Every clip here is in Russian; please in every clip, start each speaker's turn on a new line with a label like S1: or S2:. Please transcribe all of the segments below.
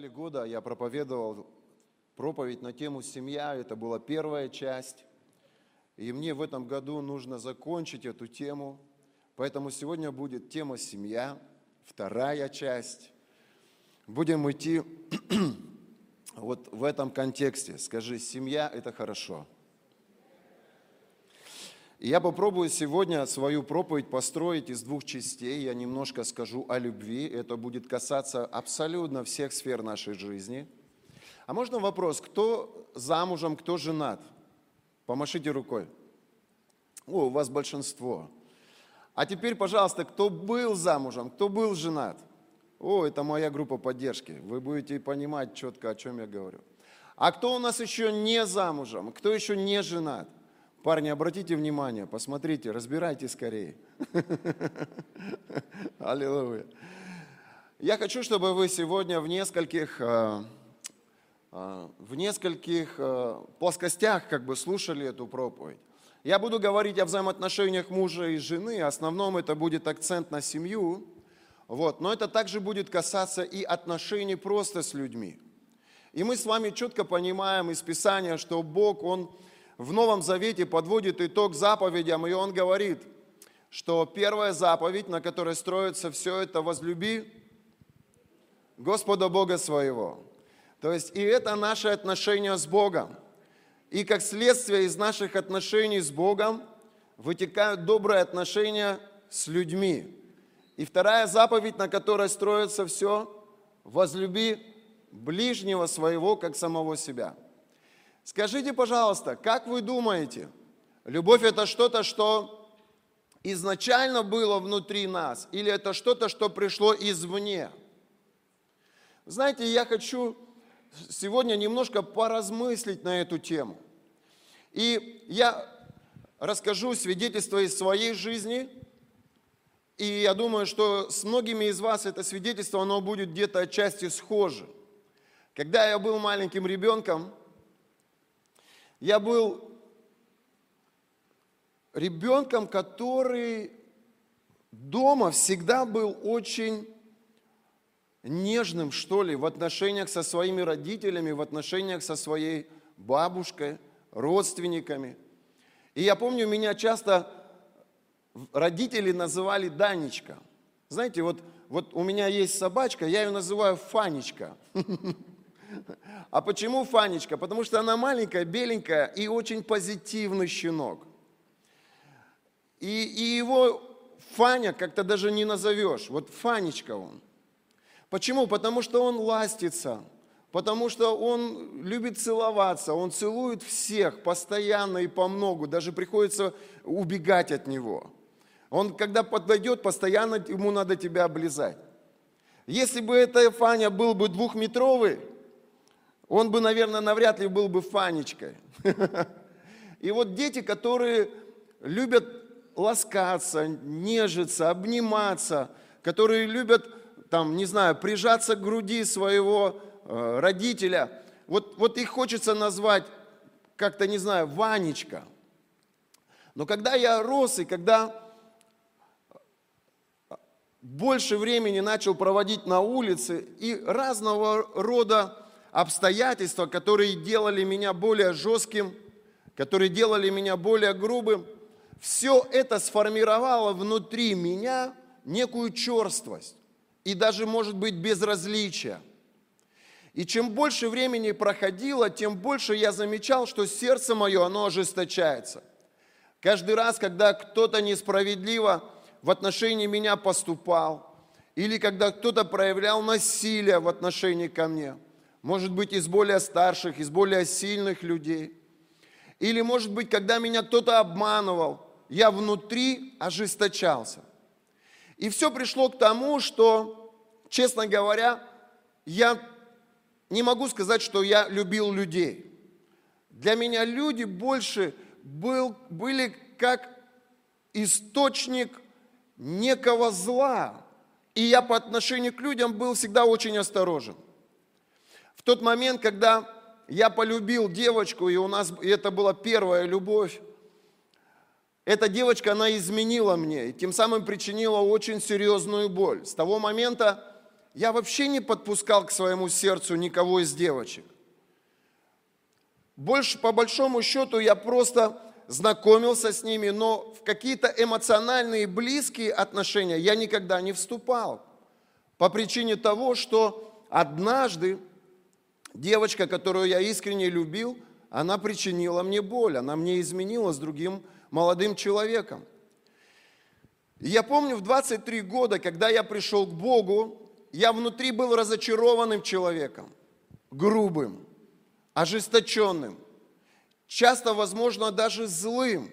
S1: года я проповедовал проповедь на тему «Семья». Это была первая часть. И мне в этом году нужно закончить эту тему. Поэтому сегодня будет тема «Семья», вторая часть. Будем идти вот в этом контексте. Скажи, семья – это хорошо. И я попробую сегодня свою проповедь построить из двух частей. Я немножко скажу о любви. Это будет касаться абсолютно всех сфер нашей жизни. А можно вопрос, кто замужем, кто женат? Помашите рукой. О, у вас большинство. А теперь, пожалуйста, кто был замужем, кто был женат? О, это моя группа поддержки. Вы будете понимать четко, о чем я говорю. А кто у нас еще не замужем, кто еще не женат? Парни, обратите внимание, посмотрите, разбирайте скорее. Аллилуйя. Я хочу, чтобы вы сегодня в нескольких плоскостях слушали эту проповедь. Я буду говорить о взаимоотношениях мужа и жены, в основном это будет акцент на семью, но это также будет касаться и отношений просто с людьми. И мы с вами четко понимаем из Писания, что Бог, Он в Новом Завете подводит итог заповедям, и Он говорит, что первая заповедь, на которой строится все это, возлюби Господа Бога своего. То есть и это наши отношения с Богом. И как следствие из наших отношений с Богом вытекают добрые отношения с людьми. И вторая заповедь, на которой строится все, возлюби ближнего своего, как самого себя. Скажите, пожалуйста, как вы думаете, любовь это что-то, что изначально было внутри нас, или это что-то, что пришло извне? Знаете, я хочу сегодня немножко поразмыслить на эту тему. И я расскажу свидетельство из своей жизни, и я думаю, что с многими из вас это свидетельство, оно будет где-то отчасти схоже. Когда я был маленьким ребенком, я был ребенком, который дома всегда был очень нежным, что ли, в отношениях со своими родителями, в отношениях со своей бабушкой, родственниками. И я помню, меня часто родители называли Данечка. Знаете, вот у меня есть собачка, я ее называю Фанечка. А почему Фанечка? Потому что она маленькая, беленькая и очень позитивный щенок. И его Фаня как-то даже не назовешь. Вот Фанечка он. Почему? Потому что он ластится, потому что он любит целоваться, он целует всех постоянно и помногу, даже приходится убегать от него. Он, когда подойдет, постоянно ему надо тебя облизать. Если бы эта Фаня был бы двухметровый, он бы, наверное, навряд ли был бы Фанечкой. И вот дети, которые любят ласкаться, нежиться, обниматься, которые любят, прижаться к груди своего родителя, вот их хочется назвать как-то, Ванечка. Но когда я рос, и когда больше времени начал проводить на улице, и разного рода обстоятельства, которые делали меня более жестким, которые делали меня более грубым, все это сформировало внутри меня некую черствость и даже, может быть, безразличие. И чем больше времени проходило, тем больше я замечал, что сердце мое, оно ожесточается. Каждый раз, когда кто-то несправедливо в отношении меня поступал, или когда кто-то проявлял насилие в отношении ко мне, может быть, из более старших, из более сильных людей. Или, может быть, когда меня кто-то обманывал, я внутри ожесточался. И все пришло к тому, что, честно говоря, я не могу сказать, что я любил людей. Для меня люди больше были как источник некого зла. И я по отношению к людям был всегда очень осторожен. В тот момент, когда я полюбил девочку, и это была первая любовь, эта девочка, она изменила мне, и тем самым причинила очень серьезную боль. С того момента я вообще не подпускал к своему сердцу никого из девочек. Больше, по большому счету, я просто знакомился с ними, но в какие-то эмоциональные близкие отношения я никогда не вступал. По причине того, что однажды девочка, которую я искренне любил, она причинила мне боль, она мне изменила с другим молодым человеком. И я помню, в 23 года, когда я пришел к Богу, я внутри был разочарованным человеком, грубым, ожесточенным, часто, возможно, даже злым.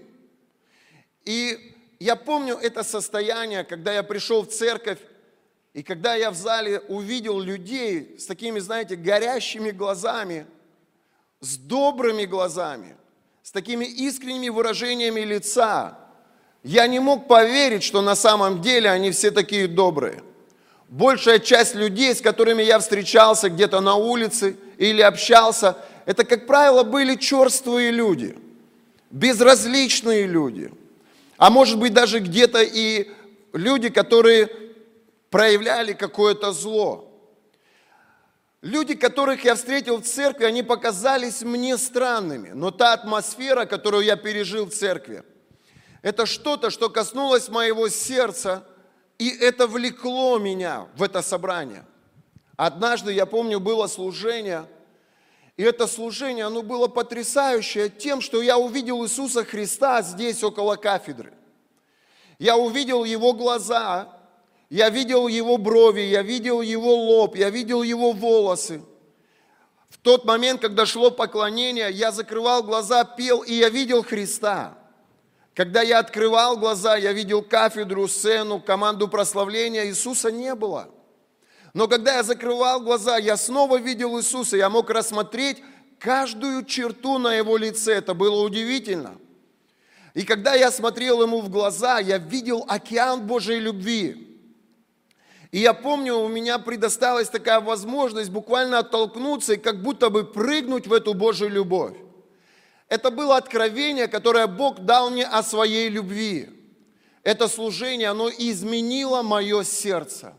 S1: И я помню это состояние, когда я пришел в церковь, и когда я в зале увидел людей с такими, знаете, горящими глазами, с добрыми глазами, с такими искренними выражениями лица, я не мог поверить, что на самом деле они все такие добрые. Большая часть людей, с которыми я встречался где-то на улице или общался, это, как правило, были черствые люди, безразличные люди. А может быть, даже где-то и люди, которые проявляли какое-то зло. Люди, которых я встретил в церкви, они показались мне странными. Но та атмосфера, которую я пережил в церкви, это что-то, что коснулось моего сердца, и это влекло меня в это собрание. Однажды, я помню, было служение, и это служение, оно было потрясающее тем, что я увидел Иисуса Христа здесь, около кафедры. Я увидел Его глаза, я видел Его брови, я видел Его лоб, я видел Его волосы. В тот момент, когда шло поклонение, я закрывал глаза, пел, и я видел Христа. Когда я открывал глаза, я видел кафедру, сцену, команду прославления, Иисуса не было. Но когда я закрывал глаза, я снова видел Иисуса, я мог рассмотреть каждую черту на Его лице, это было удивительно. И когда я смотрел Ему в глаза, я видел океан Божьей любви. И я помню, у меня предоставилась такая возможность буквально оттолкнуться и как будто бы прыгнуть в эту Божью любовь. Это было откровение, которое Бог дал мне о своей любви. Это служение, оно изменило мое сердце.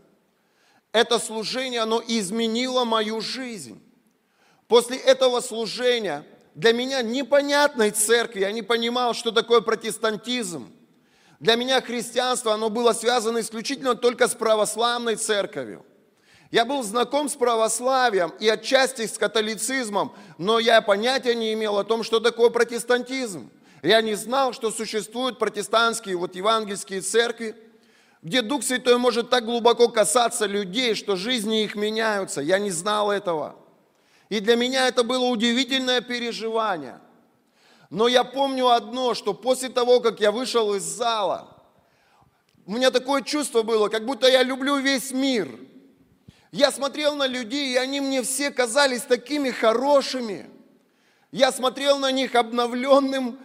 S1: Это служение, оно изменило мою жизнь. После этого служения для меня непонятной церкви, я не понимал, что такое протестантизм. Для меня христианство, оно было связано исключительно только с православной церковью. Я был знаком с православием и отчасти с католицизмом, но я понятия не имел о том, что такое протестантизм. Я не знал, что существуют протестантские, евангельские церкви, где Дух Святой может так глубоко касаться людей, что жизни их меняются. Я не знал этого. И для меня это было удивительное переживание. Но я помню одно, что после того, как я вышел из зала, у меня такое чувство было, как будто я люблю весь мир. Я смотрел на людей, и они мне все казались такими хорошими. Я смотрел на них обновленным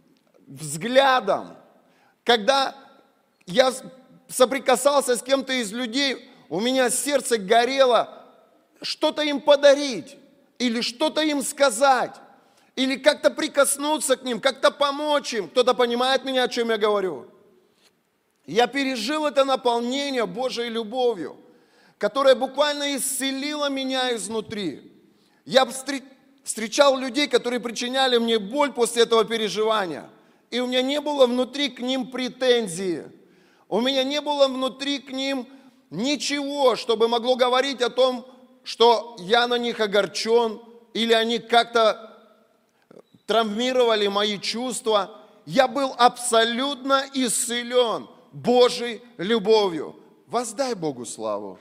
S1: взглядом. Когда я соприкасался с кем-то из людей, у меня сердце горело что-то им подарить, или что-то им сказать, или как-то прикоснуться к ним, как-то помочь им. Кто-то понимает меня, о чем я говорю? Я пережил это наполнение Божьей любовью, которая буквально исцелила меня изнутри. Я встречал людей, которые причиняли мне боль после этого переживания, и у меня не было внутри к ним претензии. У меня не было внутри к ним ничего, чтобы могло говорить о том, что я на них огорчен, или они как-то травмировали мои чувства. Я был абсолютно исцелен Божьей любовью. Воздай Богу славу.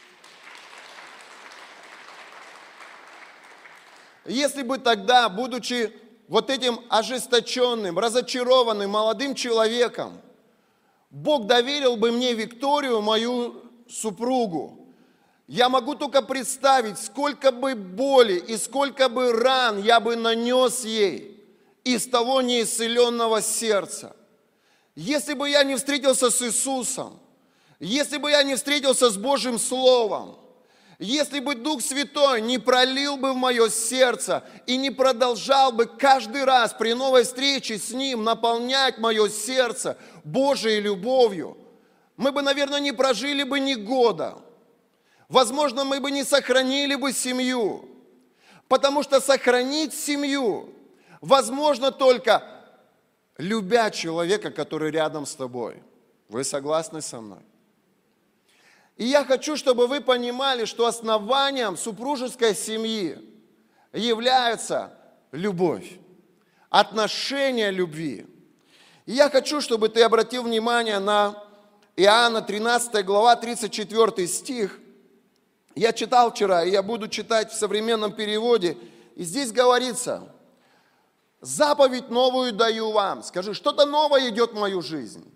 S1: Если бы тогда, будучи вот этим ожесточенным, разочарованным молодым человеком, Бог доверил бы мне Викторию, мою супругу, я могу только представить, сколько бы боли и сколько бы ран я бы нанес ей из того неисцеленного сердца. Если бы я не встретился с Иисусом, если бы я не встретился с Божьим Словом, если бы Дух Святой не пролил бы в мое сердце и не продолжал бы каждый раз при новой встрече с Ним наполнять мое сердце Божьей любовью, мы бы, наверное, не прожили бы ни года. возможно, мы бы не сохранили бы семью. Потому что сохранить семью возможно только любя человека, который рядом с тобой. Вы согласны со мной? И я хочу, чтобы вы понимали, что основанием супружеской семьи является любовь, отношение любви. И я хочу, чтобы ты обратил внимание на Иоанна 13 глава, 34 стих. Я читал вчера, и я буду читать в современном переводе. И здесь говорится: «Заповедь новую даю вам». Скажи, что-то новое идет в мою жизнь.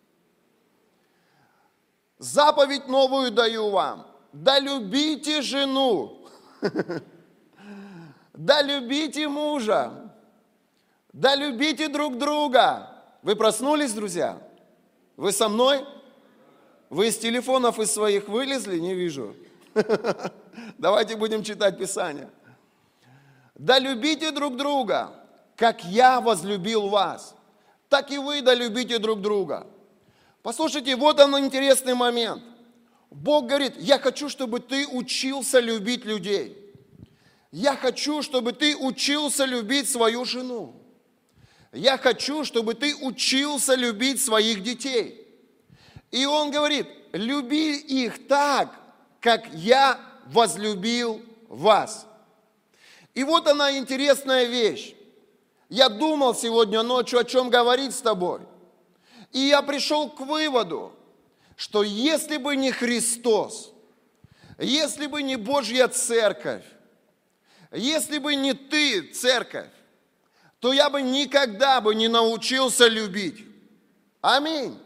S1: «Заповедь новую даю вам. Да любите жену, да любите мужа, да любите друг друга». Вы проснулись, друзья? Вы со мной? Вы из телефонов из своих вылезли? Не вижу. Давайте будем читать Писание. «Да любите друг друга, как я возлюбил вас, так и вы да любите друг друга». Послушайте, вот он интересный момент. Бог говорит: я хочу, чтобы ты учился любить людей. Я хочу, чтобы ты учился любить свою жену. Я хочу, чтобы ты учился любить своих детей. И он говорит: люби их так, как я возлюбил вас. И вот она интересная вещь. Я думал сегодня ночью, о чем говорить с тобой. И я пришел к выводу, что если бы не Христос, если бы не Божья Церковь, если бы не ты, Церковь, то я бы никогда бы не научился любить. Аминь.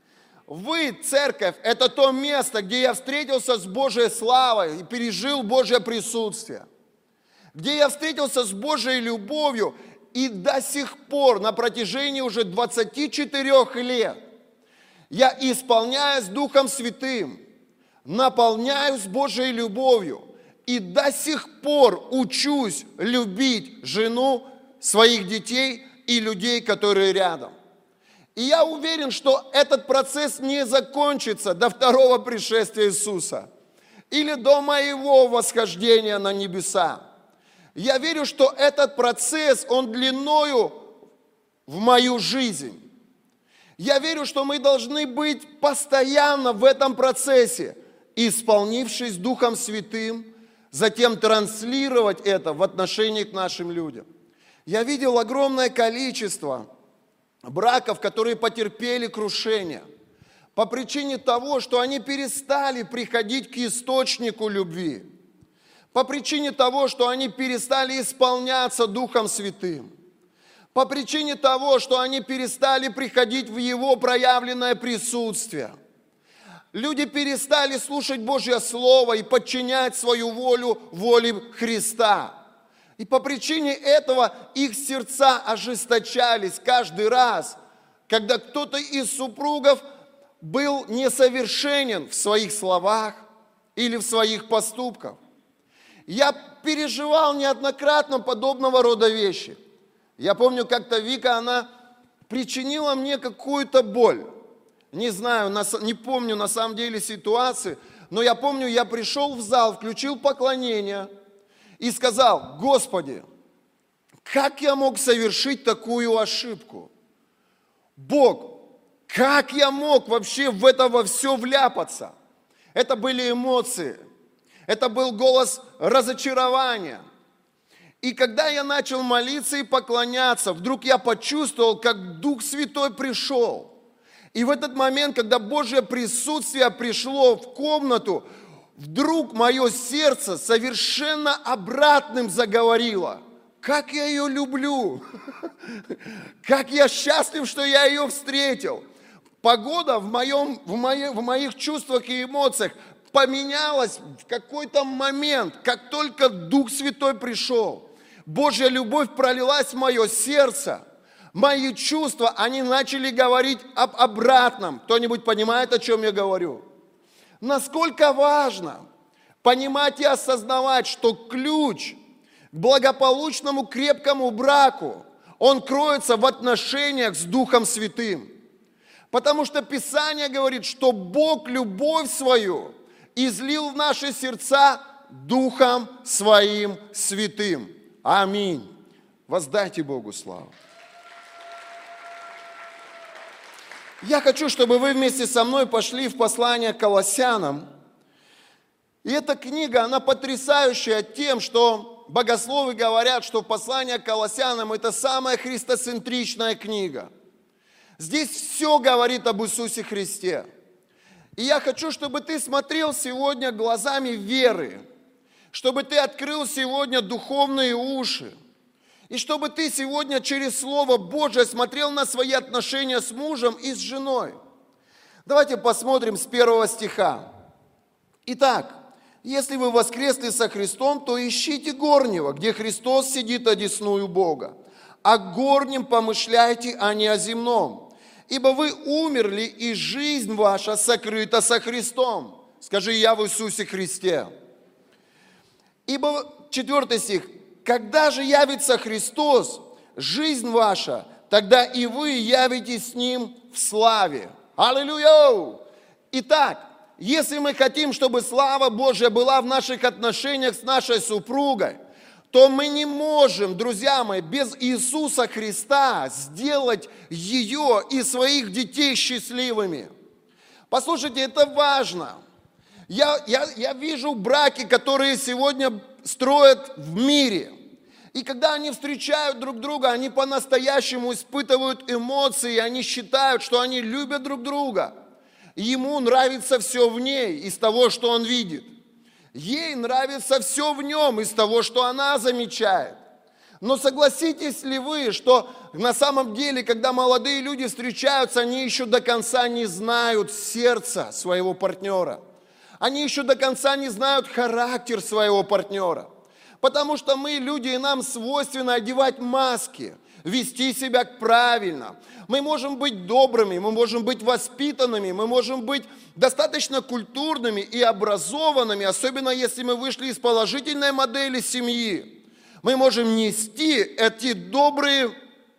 S1: Вы, Церковь, это то место, где я встретился с Божьей славой и пережил Божье присутствие. Где я встретился с Божьей любовью. И до сих пор, на протяжении уже 24 лет, я исполняюсь Духом Святым, наполняюсь Божьей любовью и до сих пор учусь любить жену, своих детей и людей, которые рядом. И я уверен, что этот процесс не закончится до второго пришествия Иисуса или до моего восхождения на небеса. Я верю, что этот процесс, он длиною в мою жизнь. Я верю, что мы должны быть постоянно в этом процессе, исполнившись Духом Святым, затем транслировать это в отношении к нашим людям. Я видел огромное количество браков, которые потерпели крушение по причине того, что они перестали приходить к источнику любви. По причине того, что они перестали исполняться Духом Святым. По причине того, что они перестали приходить в Его проявленное присутствие. Люди перестали слушать Божье Слово и подчинять свою волю воле Христа. И по причине этого их сердца ожесточались каждый раз, когда кто-то из супругов был несовершенен в своих словах или в своих поступках. Я переживал неоднократно подобного рода вещи. Я помню, как-то Вика, она причинила мне какую-то боль. Не знаю, не помню на самом деле ситуации, но я помню, я пришел в зал, включил поклонение и сказал: Господи, как я мог совершить такую ошибку? Бог, как я мог вообще в это во все вляпаться? Это были эмоции. Это был голос разочарования. И когда я начал молиться и поклоняться, вдруг я почувствовал, как Дух Святой пришел. И в этот момент, когда Божье присутствие пришло в комнату, вдруг мое сердце совершенно обратным заговорило. Как я ее люблю! Как я счастлив, что я ее встретил! Погода в моих чувствах и эмоциях поменялась в какой-то момент, как только Дух Святой пришел. Божья любовь пролилась в мое сердце. Мои чувства, они начали говорить об обратном. Кто-нибудь понимает, о чем я говорю? Насколько важно понимать и осознавать, что ключ к благополучному крепкому браку, он кроется в отношениях с Духом Святым. Потому что Писание говорит, что Бог любовь свою излил в наши сердца Духом Своим Святым. Аминь. Воздайте Богу славу. Я хочу, чтобы вы вместе со мной пошли в послание к Колоссянам. И эта книга, она потрясающая тем, что богословы говорят, что послание к Колоссянам – это самая христоцентричная книга. Здесь все говорит об Иисусе Христе. И я хочу, чтобы ты смотрел сегодня глазами веры, чтобы ты открыл сегодня духовные уши, и чтобы ты сегодня через Слово Божие смотрел на свои отношения с мужем и с женой. Давайте посмотрим с 1 стиха. Итак, если вы воскресли со Христом, то ищите горнего, где Христос сидит одесную Бога. О горнем помышляйте, а не о земном. Ибо вы умерли, и жизнь ваша сокрыта со Христом. Скажи, я в Иисусе Христе. Ибо, 4 стих, когда же явится Христос, жизнь ваша, тогда и вы явитесь с Ним в славе. Аллилуйя! Итак, если мы хотим, чтобы слава Божья была в наших отношениях с нашей супругой, то мы не можем, друзья мои, без Иисуса Христа сделать ее и своих детей счастливыми. Послушайте, это важно. Я вижу браки, которые сегодня строят в мире. И когда они встречают друг друга, они по-настоящему испытывают эмоции, они считают, что они любят друг друга. Ему нравится все в ней из того, что он видит. Ей нравится все в нем из того, что она замечает. Но согласитесь ли вы, что на самом деле, когда молодые люди встречаются, они еще до конца не знают сердца своего партнера. Они еще до конца не знают характер своего партнера. Потому что мы люди, и нам свойственно одевать маски, вести себя правильно. Мы можем быть добрыми, мы можем быть воспитанными, мы можем быть достаточно культурными и образованными, особенно если мы вышли из положительной модели семьи. Мы можем нести эти добрые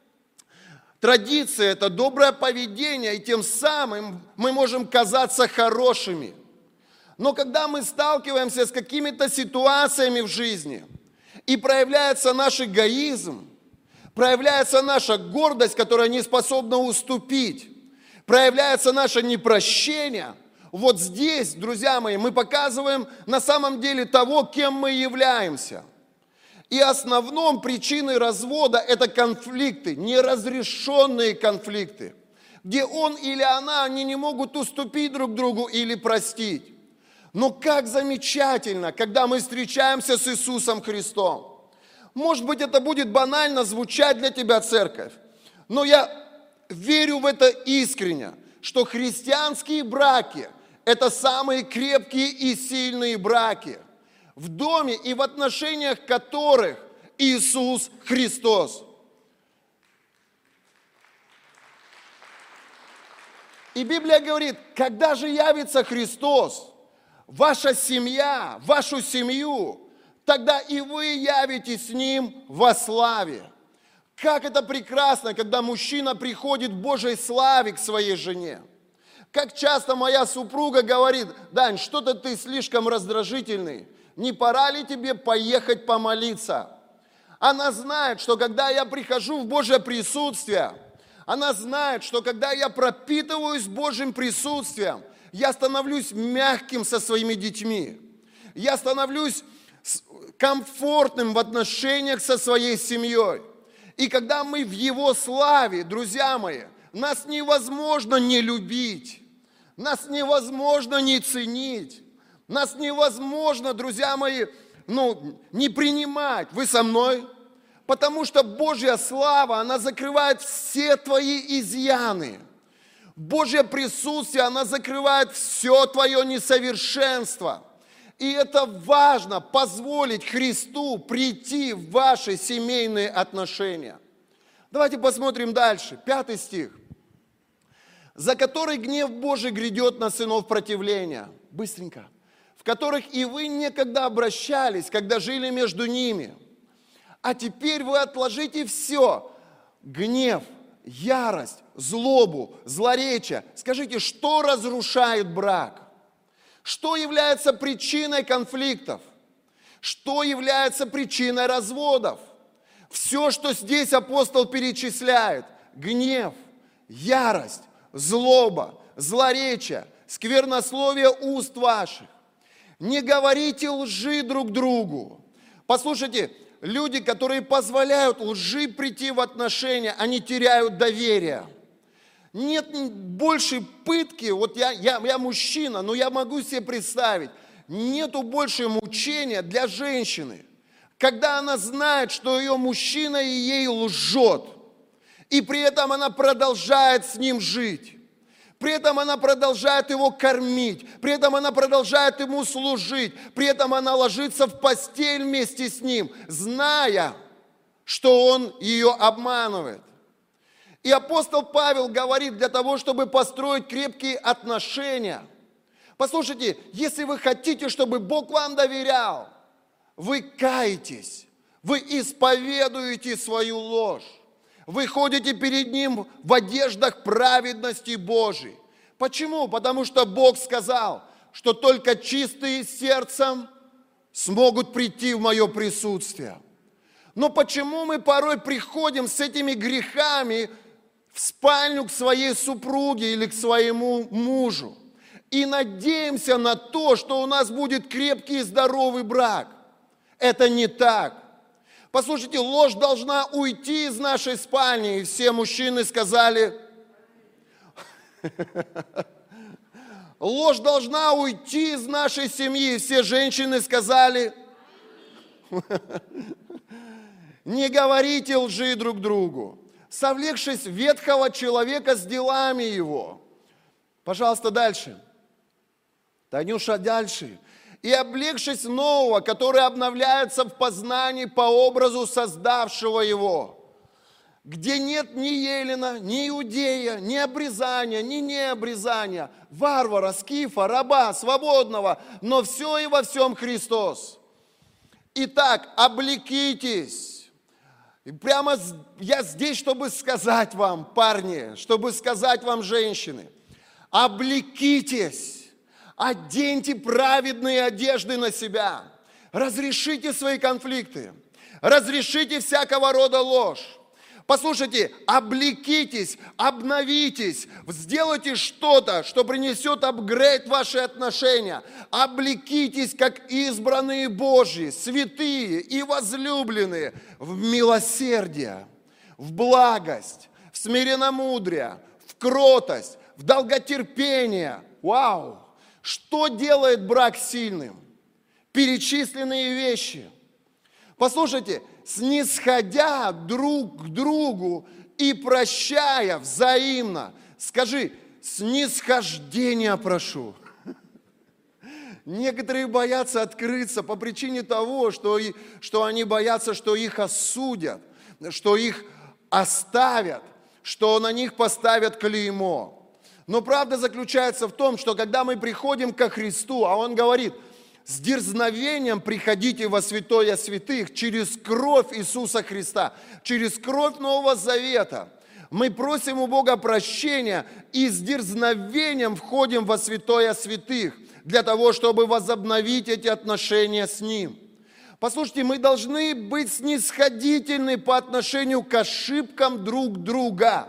S1: традиции, это доброе поведение, и тем самым мы можем казаться хорошими. Но когда мы сталкиваемся с какими-то ситуациями в жизни, и проявляется наш эгоизм, проявляется наша гордость, которая не способна уступить, проявляется наше непрощение, вот здесь, друзья мои, мы показываем на самом деле того, кем мы являемся. И основной причиной развода – это конфликты, неразрешенные конфликты, где он или она, они не могут уступить друг другу или простить. Но как замечательно, когда мы встречаемся с Иисусом Христом. Может быть, это будет банально звучать для тебя, церковь, но я верю в это искренне, что христианские браки – это самые крепкие и сильные браки, в доме и в отношениях которых Иисус Христос. И Библия говорит, когда же явится Христос, ваша семья, вашу семью, тогда и вы явитесь с Ним во славе. Как это прекрасно, когда мужчина приходит в Божьей славе к своей жене. Как часто моя супруга говорит: Дань, что-то ты слишком раздражительный, не пора ли тебе поехать помолиться? Она знает, что когда я прихожу в Божье присутствие, она знает, что когда я пропитываюсь Божьим присутствием, я становлюсь мягким со своими детьми. Я становлюсь комфортным в отношениях со своей семьей. И когда мы в Его славе, друзья мои, нас невозможно не любить, нас невозможно не ценить, нас невозможно, друзья мои, не принимать. Вы со мной? Потому что Божья слава, она закрывает все твои изъяны. Божье присутствие, оно закрывает все твое несовершенство. И это важно, позволить Христу прийти в ваши семейные отношения. Давайте посмотрим дальше, 5 стих. «За который гнев Божий грядет на сынов противления». Быстренько. «В которых и вы некогда обращались, когда жили между ними. А теперь вы отложите все: гнев, ярость, злобу, злоречие». Скажите, что разрушает брак? Что является причиной конфликтов? Что является причиной разводов? Все, что здесь апостол перечисляет: гнев, ярость, злоба, злоречие, сквернословие уст ваших. Не говорите лжи друг другу. Послушайте, люди, которые позволяют лжи прийти в отношения, они теряют доверие. Нет большей пытки, вот я мужчина, но я могу себе представить, нету больше мучения для женщины, когда она знает, что ее мужчина и ей лжет, и при этом она продолжает с ним жить. При этом она продолжает его кормить, при этом она продолжает ему служить, при этом она ложится в постель вместе с ним, зная, что он ее обманывает. И апостол Павел говорит, для того, чтобы построить крепкие отношения, послушайте, если вы хотите, чтобы Бог вам доверял, вы каетесь, вы исповедуете свою ложь. Вы ходите перед Ним в одеждах праведности Божией. Почему? Потому что Бог сказал, что только чистые сердцем смогут прийти в мое присутствие. Но почему мы порой приходим с этими грехами в спальню к своей супруге или к своему мужу и надеемся на то, что у нас будет крепкий и здоровый брак? Это не так. Послушайте, ложь должна уйти из нашей спальни. И все мужчины сказали, ложь должна уйти из нашей семьи. И все женщины сказали, не говорите лжи друг другу, совлекшись ветхого человека с делами его. Пожалуйста, дальше. Танюша, дальше. И облегшись нового, который обновляется в познании по образу создавшего его, где нет ни елена, ни иудея, ни обрезания, ни необрезания, варвара, скифа, раба, свободного, но все и во всем Христос. Итак, облекитесь. И прямо я здесь, чтобы сказать вам, парни, чтобы сказать вам, женщины, облекитесь. Оденьте праведные одежды на себя. Разрешите свои конфликты. Разрешите всякого рода ложь. Послушайте, облекитесь, обновитесь, сделайте что-то, что принесет апгрейд в ваши отношения. Облекитесь, как избранные Божьи, святые и возлюбленные, в милосердие, в благость, в смиренномудрие, в кротость, в долготерпение. Вау! Что делает брак сильным? Перечисленные вещи. Послушайте, снисходя друг к другу и прощая взаимно. Скажи, снисхождения прошу. Некоторые боятся открыться по причине того, что они боятся, что их осудят, что их оставят, что на них поставят клеймо. Но правда заключается в том, что когда мы приходим ко Христу, а Он говорит, с дерзновением приходите во святое святых через кровь Иисуса Христа, через кровь Нового Завета. Мы просим у Бога прощения и с дерзновением входим во святое святых для того, чтобы возобновить эти отношения с Ним. Послушайте, мы должны быть снисходительны по отношению к ошибкам друг друга.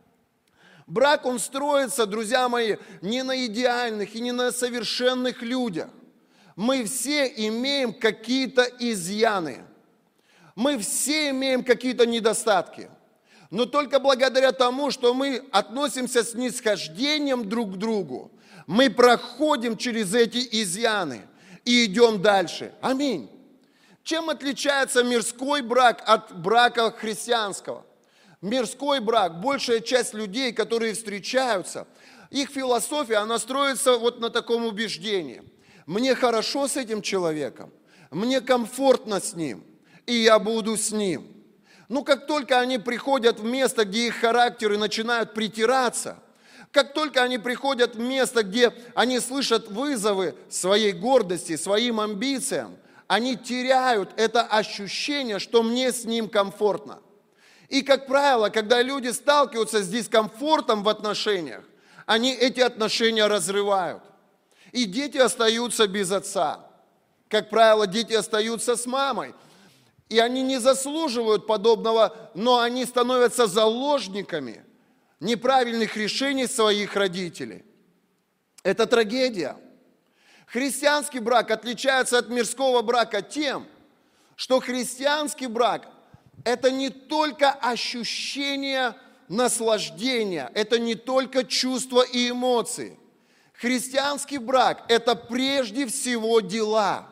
S1: Брак, он строится, друзья мои, не на идеальных и не на совершенных людях. Мы все имеем какие-то изъяны. Мы все имеем какие-то недостатки. Но только благодаря тому, что мы относимся с снисхождением друг к другу, мы проходим через эти изъяны и идем дальше. Аминь. Чем отличается мирской брак от брака христианского? Мирской брак, большая часть людей, которые встречаются, их философия, она строится вот на таком убеждении. Мне хорошо с этим человеком, мне комфортно с ним, и я буду с ним. Но как только они приходят в место, где их характеры начинают притираться, как только они приходят в место, где они слышат вызовы своей гордости, своим амбициям, они теряют это ощущение, что мне с ним комфортно. И, как правило, когда люди сталкиваются с дискомфортом в отношениях, они эти отношения разрывают. И дети остаются без отца. Как правило, дети остаются с мамой. И они не заслуживают подобного, но они становятся заложниками неправильных решений своих родителей. Это трагедия. Христианский брак отличается от мирского брака тем, что христианский брак – это не только ощущение наслаждения, это не только чувства и эмоции. Христианский брак – это прежде всего дела.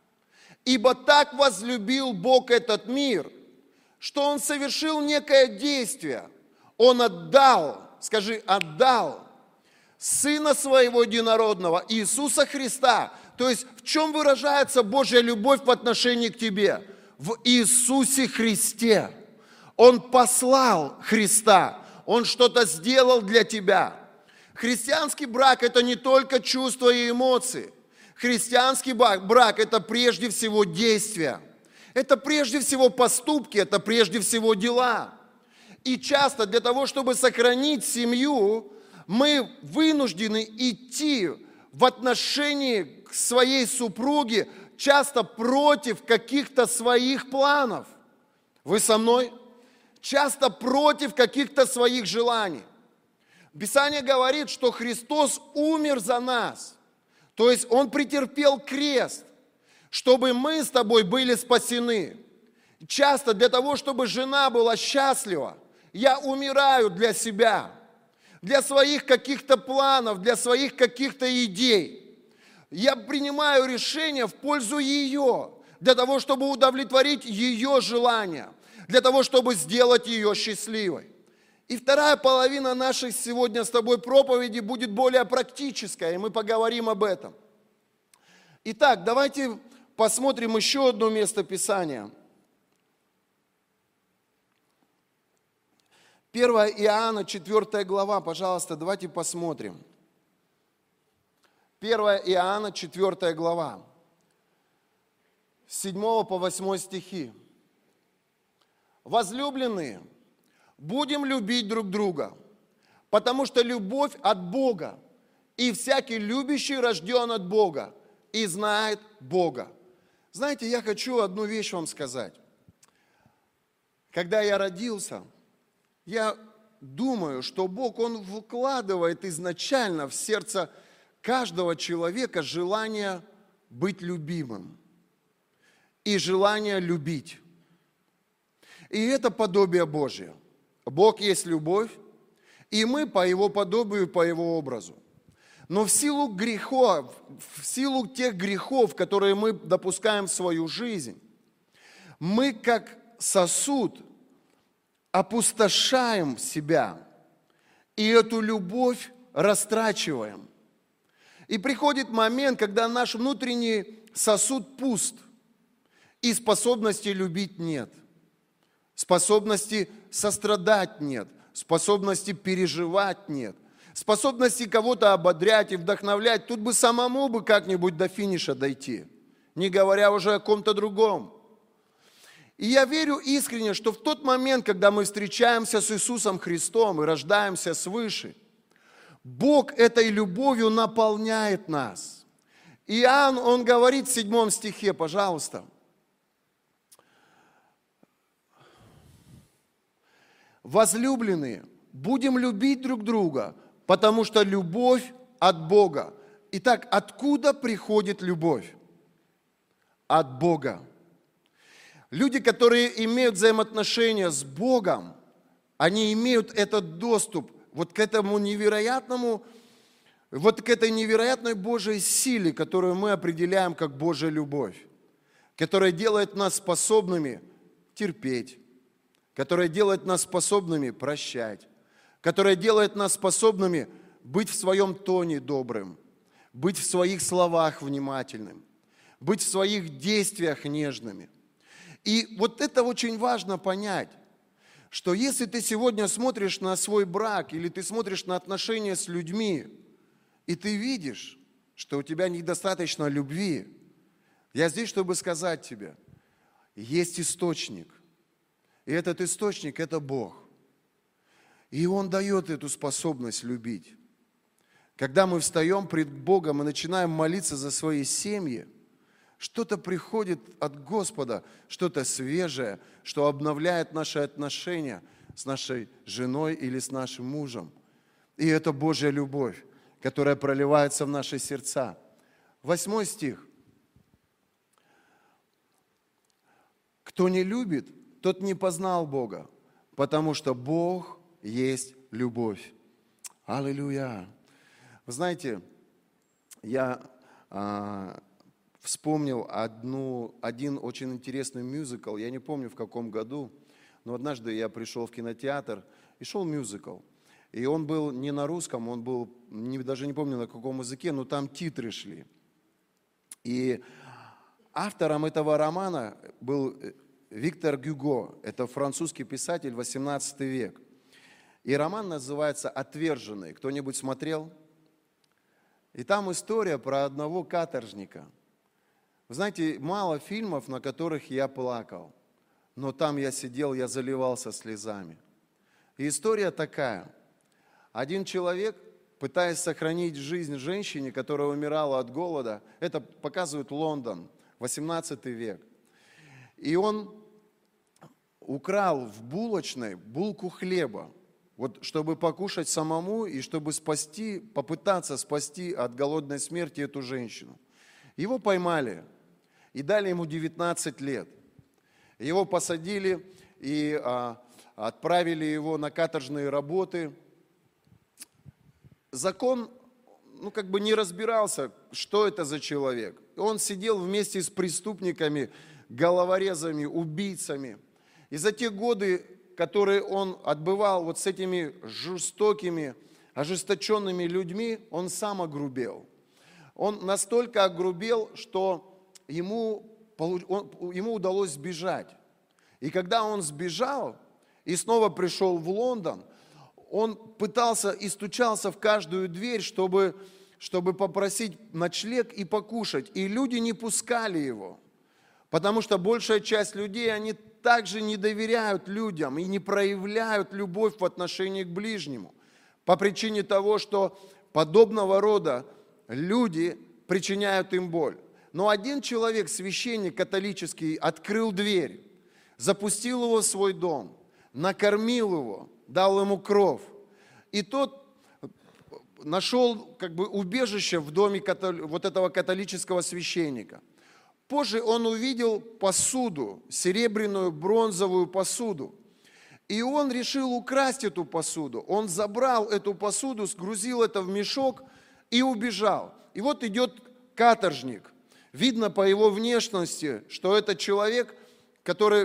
S1: Ибо так возлюбил Бог этот мир, что Он совершил некое действие. Он отдал, скажи, отдал Сына Своего Единородного, Иисуса Христа. То есть в чем выражается Божья любовь по отношению к тебе? В Иисусе Христе. Он послал Христа, Он что-то сделал для тебя. Христианский брак – это не только чувства и эмоции. Христианский брак – это прежде всего действия. Это прежде всего поступки, это прежде всего дела. И часто для того, чтобы сохранить семью, мы вынуждены идти в отношении к своей супруге часто против каких-то своих планов. Вы со мной? Часто против каких-то своих желаний. Писание говорит, что Христос умер за нас. То есть Он претерпел крест, чтобы мы с тобой были спасены. Часто для того, чтобы жена была счастлива, я умираю для себя, для своих каких-то планов, для своих каких-то идей. Я принимаю решение в пользу ее, для того, чтобы удовлетворить ее желания, для того, чтобы сделать ее счастливой. И вторая половина нашей сегодня с тобой проповеди будет более практическая, и мы поговорим об этом. Итак, давайте посмотрим еще одно место Писания. 1 Иоанна, 4 глава, пожалуйста, давайте посмотрим. 1 Иоанна, 4 глава, с 7 по 8 стихи. Возлюбленные, будем любить друг друга, потому что любовь от Бога, и всякий любящий рожден от Бога и знает Бога. Знаете, я хочу одну вещь вам сказать. Когда я родился, я думаю, что Бог, Он вкладывает изначально в сердце каждого человека желание быть любимым и желание любить. И это подобие Божье. Бог есть любовь, и мы по Его подобию, по Его образу. Но в силу грехов, в силу тех грехов, которые мы допускаем в свою жизнь, мы как сосуд опустошаем себя, и эту любовь растрачиваем. И приходит момент, когда наш внутренний сосуд пуст, и способности любить нет, способности сострадать нет, способности переживать нет, способности кого-то ободрять и вдохновлять. Тут бы самому бы как-нибудь до финиша дойти, не говоря уже о ком-то другом. И я верю искренне, что в тот момент, когда мы встречаемся с Иисусом Христом и рождаемся свыше, Бог этой любовью наполняет нас. Иоанн, он говорит в 7 стихе, пожалуйста. Возлюбленные, будем любить друг друга, потому что любовь от Бога. Итак, откуда приходит любовь? От Бога. Люди, которые имеют взаимоотношения с Богом, они имеют этот доступ вот к этому невероятному, вот к этой невероятной Божьей силе, которую мы определяем как Божья любовь, которая делает нас способными терпеть, которая делает нас способными прощать, которая делает нас способными быть в своем тоне добрым, быть в своих словах внимательным, быть в своих действиях нежными. И вот это очень важно понять, что если ты сегодня смотришь на свой брак или ты смотришь на отношения с людьми, и ты видишь, что у тебя недостаточно любви, я здесь, чтобы сказать тебе, есть источник. И этот источник – это Бог. И Он дает эту способность любить. Когда мы встаем пред Богом и начинаем молиться за свои семьи, что-то приходит от Господа, что-то свежее, что обновляет наши отношения с нашей женой или с нашим мужем. И это Божья любовь, которая проливается в наши сердца. 8 стих. «Кто не любит, тот не познал Бога, потому что Бог есть любовь». Аллилуйя! Вы знаете, я вспомнил один очень интересный мюзикл, я не помню в каком году, но однажды я пришел в кинотеатр и шел мюзикл. И он был не на русском, он был, даже не помню на каком языке, но там титры шли. И автором этого романа был Виктор Гюго, это французский писатель, 18 век. И роман называется «Отверженный». Кто-нибудь смотрел? И там история про одного каторжника. Вы знаете, мало фильмов, на которых я плакал, но там я сидел, я заливался слезами. И история такая. Один человек, пытаясь сохранить жизнь женщине, которая умирала от голода, это показывает Лондон, 18 век, и он украл в булочной булку хлеба, вот, чтобы покушать самому и чтобы попытаться спасти от голодной смерти эту женщину. Его поймали и дали ему 19 лет. Его посадили и отправили его на каторжные работы. Закон, не разбирался, что это за человек. Он сидел вместе с преступниками, головорезами, убийцами. И за те годы, которые он отбывал вот с этими жестокими, ожесточенными людьми, он сам огрубел. Он настолько огрубел, что ему удалось сбежать. И когда он сбежал и снова пришел в Лондон, он пытался и стучался в каждую дверь, чтобы попросить ночлег и покушать. И люди не пускали его, потому что большая часть людей, они также не доверяют людям и не проявляют любовь в отношении к ближнему. По причине того, что подобного рода люди причиняют им боль. Но один человек, священник католический, открыл дверь, запустил его в свой дом, накормил его, дал ему кров. И тот нашел убежище в доме вот этого католического священника. Позже он увидел посуду, серебряную, бронзовую посуду. И он решил украсть эту посуду. Он забрал эту посуду, сгрузил это в мешок и убежал. И вот идет каторжник. Видно по его внешности, что это человек, который...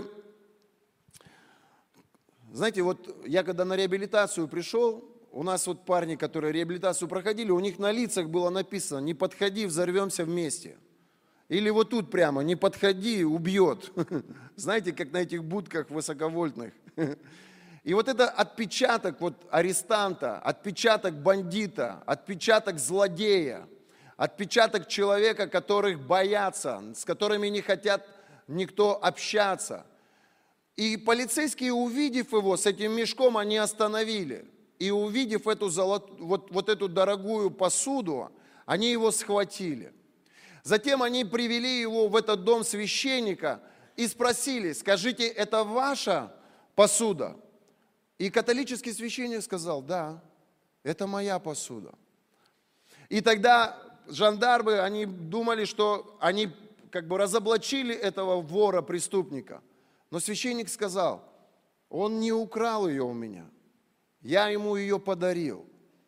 S1: Знаете, вот я когда на реабилитацию пришел, у нас вот парни, которые реабилитацию проходили, у них на лицах было написано: «Не подходи, взорвемся вместе». Или вот тут прямо: «Не подходи, убьет». Знаете, как на этих будках высоковольтных. И вот это отпечаток арестанта, отпечаток бандита, отпечаток злодея, отпечаток человека, которых боятся, с которыми не хотят никто общаться. И полицейские, увидев его с этим мешком, они остановили. И увидев эту эту дорогую посуду, они его схватили. Затем они привели его в этот дом священника и спросили: «Скажите, это ваша посуда?» И католический священник сказал: «Да, это моя посуда». И тогда жандармы, они думали, что они разоблачили этого вора, преступника. Но священник сказал: «Он не украл ее у меня, я ему ее подарил».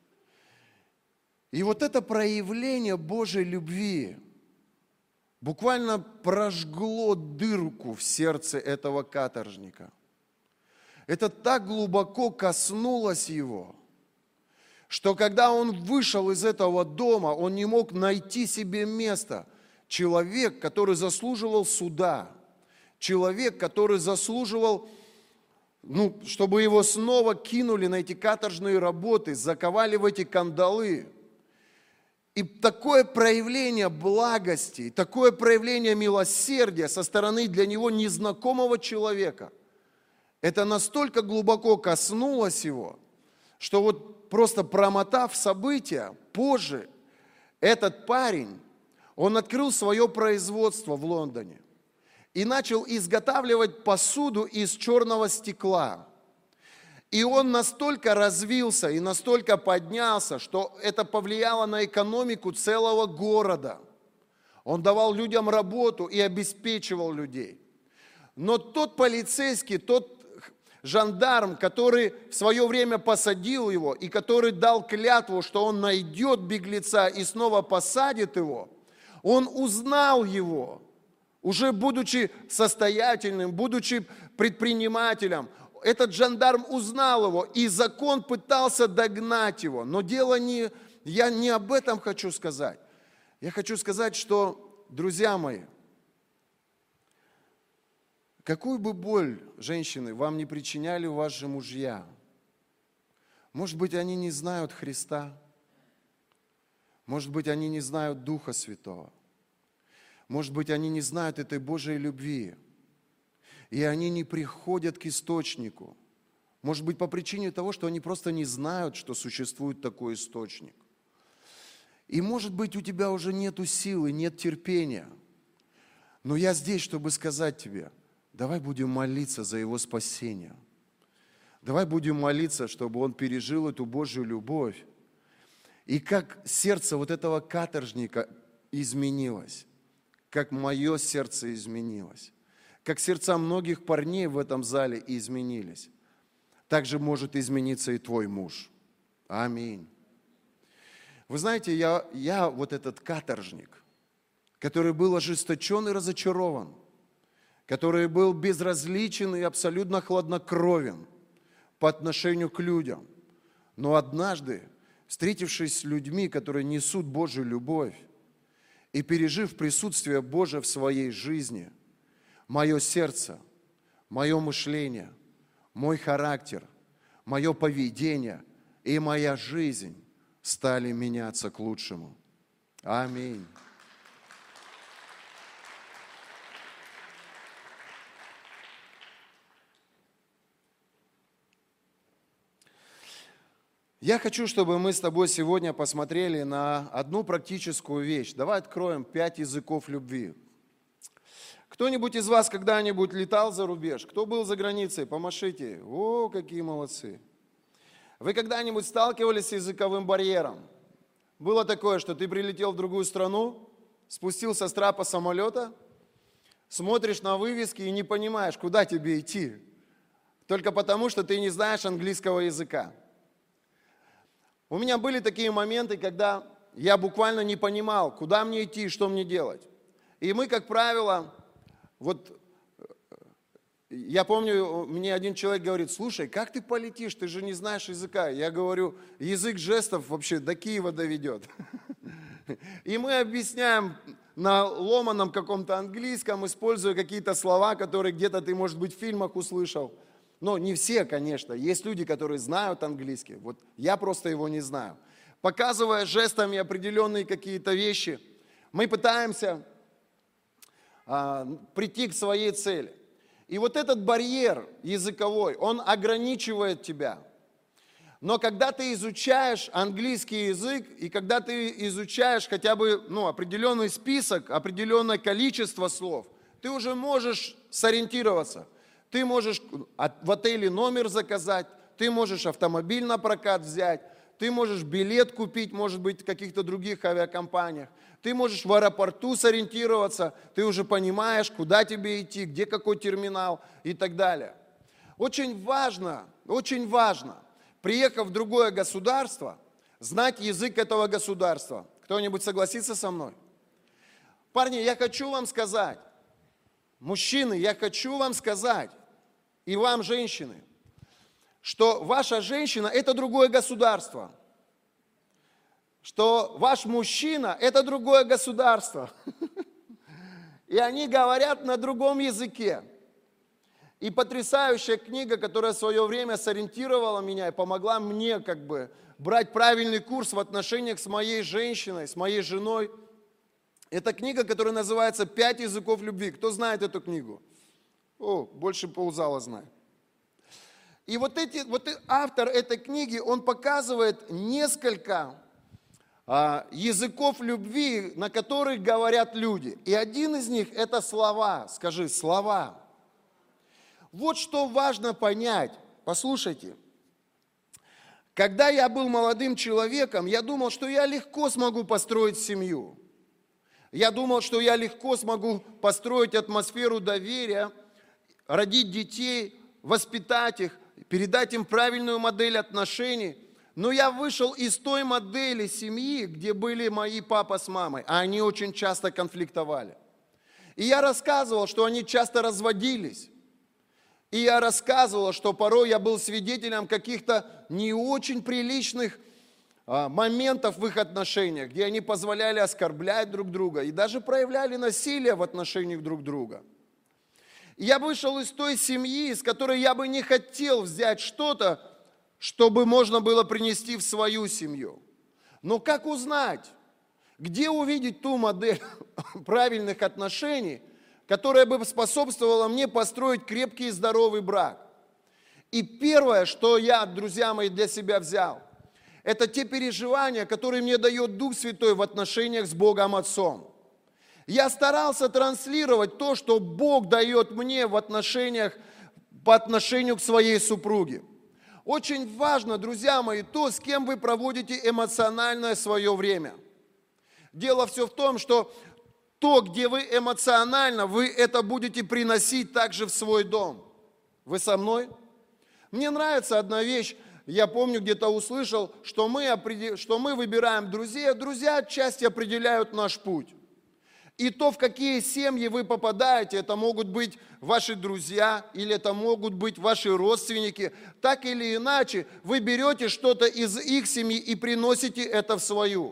S1: И вот это проявление Божьей любви буквально прожгло дырку в сердце этого каторжника. Это так глубоко коснулось его, что когда он вышел из этого дома, он не мог найти себе места. Человек, который заслуживал суда, человек, который заслуживал, чтобы его снова кинули на эти каторжные работы, заковали в эти кандалы. И такое проявление благости, такое проявление милосердия со стороны для него незнакомого человека, это настолько глубоко коснулось его, что просто промотав события, позже этот парень, он открыл свое производство в Лондоне и начал изготавливать посуду из черного стекла. И он настолько развился и настолько поднялся, что это повлияло на экономику целого города. Он давал людям работу и обеспечивал людей. Но тот полицейский, тот жандарм, который в свое время посадил его и который дал клятву, что он найдет беглеца и снова посадит его, он узнал его, уже будучи состоятельным, будучи предпринимателем. Этот жандарм узнал его, и закон пытался догнать его. Но дело я не об этом хочу сказать. Я хочу сказать, что, друзья мои, какую бы боль, женщины, вам не причиняли ваши мужья, может быть, они не знают Христа, может быть, они не знают Духа Святого, может быть, они не знают этой Божьей любви, и они не приходят к источнику. Может быть, по причине того, что они просто не знают, что существует такой источник. И может быть, у тебя уже нету силы, нет терпения. Но я здесь, чтобы сказать тебе, давай будем молиться за его спасение. Давай будем молиться, чтобы он пережил эту Божью любовь. И как сердце вот этого каторжника изменилось, как мое сердце изменилось, как сердца многих парней в этом зале изменились, так же может измениться и твой муж. Аминь. Вы знаете, я вот этот каторжник, который был ожесточен и разочарован, который был безразличен и абсолютно хладнокровен по отношению к людям. Но однажды, встретившись с людьми, которые несут Божью любовь, и пережив присутствие Божие в своей жизни, мое сердце, мое мышление, мой характер, мое поведение и моя жизнь стали меняться к лучшему. Аминь. Я хочу, чтобы мы с тобой сегодня посмотрели на одну практическую вещь. Давай откроем 5 языков любви. Кто-нибудь из вас когда-нибудь летал за рубеж? Кто был за границей? Помашите. О, какие молодцы. Вы когда-нибудь сталкивались с языковым барьером? Было такое, что ты прилетел в другую страну, спустился с трапа самолета, смотришь на вывески и не понимаешь, куда тебе идти. Только потому, что ты не знаешь английского языка. У меня были такие моменты, когда я буквально не понимал, куда мне идти и что мне делать. И мы, как правило, вот я помню, мне один человек говорит: слушай, как ты полетишь, ты же не знаешь языка. Я говорю, язык жестов вообще до Киева доведет. И мы объясняем на ломаном каком-то английском, используя какие-то слова, которые где-то ты, может быть, в фильмах услышал. Но не все, конечно. Есть люди, которые знают английский. Вот я просто его не знаю. Показывая жестами определенные какие-то вещи, мы пытаемся прийти к своей цели. И вот этот барьер языковой, он ограничивает тебя. Но когда ты изучаешь английский язык, и когда ты изучаешь хотя бы определенный список, определенное количество слов, ты уже можешь сориентироваться. Ты можешь в отеле номер заказать, ты можешь автомобиль на прокат взять, ты можешь билет купить, может быть, в каких-то других авиакомпаниях. Ты можешь в аэропорту сориентироваться, ты уже понимаешь, куда тебе идти, где какой терминал и так далее. Очень важно, приехав в другое государство, знать язык этого государства. Кто-нибудь согласится со мной? Парни, я хочу вам сказать, мужчины, я хочу вам сказать, и вам, женщины, что ваша женщина – это другое государство, что ваш мужчина – это другое государство, и они говорят на другом языке. И потрясающая книга, которая в свое время сориентировала меня и помогла мне брать правильный курс в отношениях с моей женщиной, с моей женой, это книга, которая называется «5 языков любви». Кто знает эту книгу? О, больше ползала знает. И вот автор этой книги, он показывает несколько языков любви, на которых говорят люди. И один из них – это слова. Скажи, слова. Вот что важно понять. Послушайте. Когда я был молодым человеком, я думал, что я легко смогу построить семью. Я думал, что я легко смогу построить атмосферу доверия, родить детей, воспитать их, передать им правильную модель отношений. Но я вышел из той модели семьи, где были мои папа с мамой, а они очень часто конфликтовали. И я рассказывал, что они часто разводились. И я рассказывал, что порой я был свидетелем каких-то не очень приличных моментов в их отношениях, где они позволяли оскорблять друг друга и даже проявляли насилие в отношениях друг друга. И я вышел из той семьи, из которой я бы не хотел взять что-то, чтобы можно было принести в свою семью. Но как узнать, где увидеть ту модель правильных отношений, которая бы способствовала мне построить крепкий и здоровый брак? И первое, что я, друзья мои, для себя взял, это те переживания, которые мне дает Дух Святой в отношениях с Богом Отцом. Я старался транслировать то, что Бог дает мне в отношениях по отношению к своей супруге. Очень важно, друзья мои, то, с кем вы проводите эмоциональное свое время. Дело все в том, что то, где вы эмоционально, вы это будете приносить также в свой дом. Вы со мной? Мне нравится одна вещь. Я помню, где-то услышал, что мы выбираем друзей, а друзья отчасти определяют наш путь. И то, в какие семьи вы попадаете, это могут быть ваши друзья, или это могут быть ваши родственники, так или иначе, вы берете что-то из их семьи и приносите это в свою.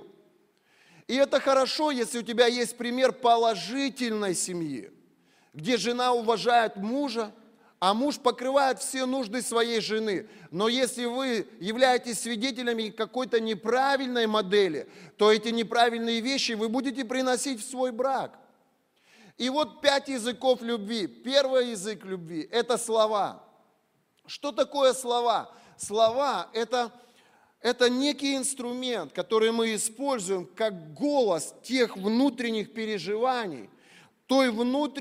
S1: И это хорошо, если у тебя есть пример положительной семьи, где жена уважает мужа, а муж покрывает все нужды своей жены. Но если вы являетесь свидетелями какой-то неправильной модели, то эти неправильные вещи вы будете приносить в свой брак. И вот 5 языков любви. Первый язык любви – это слова. Что такое слова? Слова – это некий инструмент, который мы используем как голос тех внутренних переживаний, того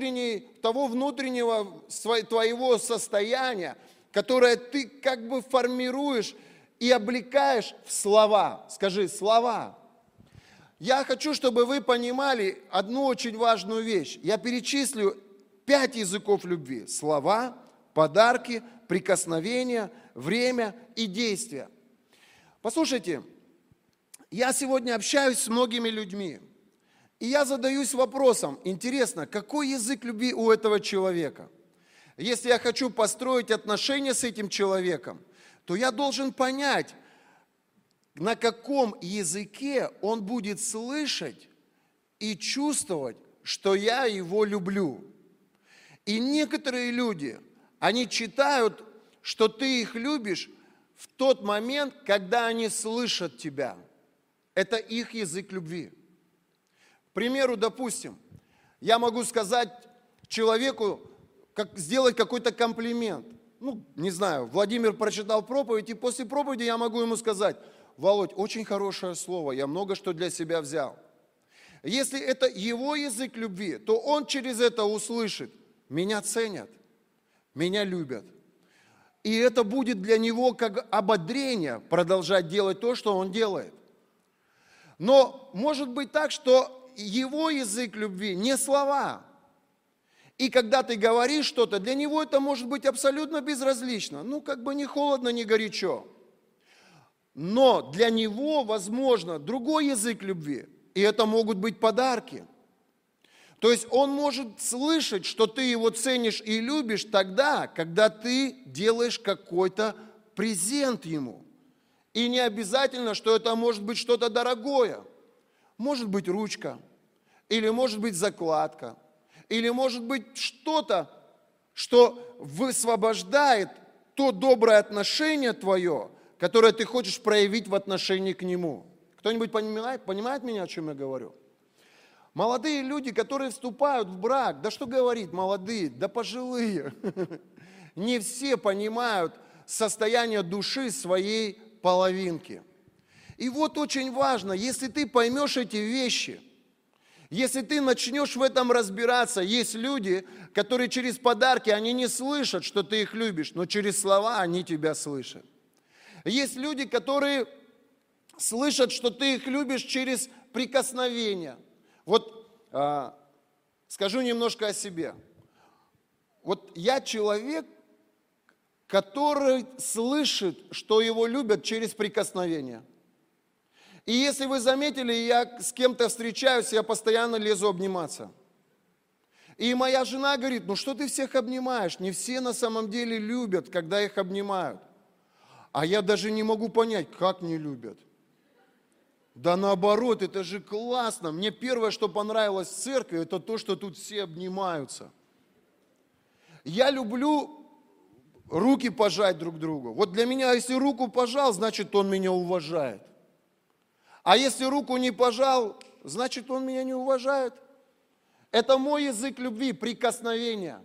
S1: внутреннего твоего состояния, которое ты как бы формируешь и облекаешь в слова. Скажи, слова. Я хочу, чтобы вы понимали одну очень важную вещь. Я перечислю 5 языков любви. Слова, подарки, прикосновения, время и действия. Послушайте, я сегодня общаюсь с многими людьми. И я задаюсь вопросом, интересно, какой язык любви у этого человека? Если я хочу построить отношения с этим человеком, то я должен понять, на каком языке он будет слышать и чувствовать, что я его люблю. И некоторые люди, они читают, что ты их любишь в тот момент, когда они слышат тебя. Это их язык любви. К примеру, допустим, я могу сказать человеку, сделать какой-то комплимент. Не знаю, Владимир прочитал проповедь, и после проповеди я могу ему сказать: Володь, очень хорошее слово, я много что для себя взял. Если это его язык любви, то он через это услышит: меня ценят, меня любят. И это будет для него как ободрение продолжать делать то, что он делает. Но может быть так, что его язык любви не слова. И когда ты говоришь что-то, для него это может быть абсолютно безразлично. Не холодно, не горячо. Но для него, возможно, другой язык любви. И это могут быть подарки. То есть он может слышать, что ты его ценишь и любишь тогда, когда ты делаешь какой-то презент ему. И не обязательно, что это может быть что-то дорогое. Может быть ручка, или может быть закладка, или может быть что-то, что высвобождает то доброе отношение твое, которое ты хочешь проявить в отношении к нему. Кто-нибудь понимает меня, о чем я говорю? Молодые люди, которые вступают в брак, да что говорить, молодые, да пожилые, не все понимают состояние души своей половинки. И вот очень важно, если ты поймешь эти вещи, если ты начнешь в этом разбираться, есть люди, которые через подарки, они не слышат, что ты их любишь, но через слова они тебя слышат. Есть люди, которые слышат, что ты их любишь через прикосновения. Вот скажу немножко о себе. Вот я человек, который слышит, что его любят через прикосновения. И если вы заметили, я с кем-то встречаюсь, я постоянно лезу обниматься. И моя жена говорит, ну что ты всех обнимаешь? Не все на самом деле любят, когда их обнимают. А я даже не могу понять, как не любят. Да наоборот, это же классно. Мне первое, что понравилось в церкви, это то, что тут все обнимаются. Я люблю руки пожать друг другу. Вот для меня, если руку пожал, значит, он меня уважает. А если руку не пожал, значит, он меня не уважает. Это мой язык любви, прикосновения.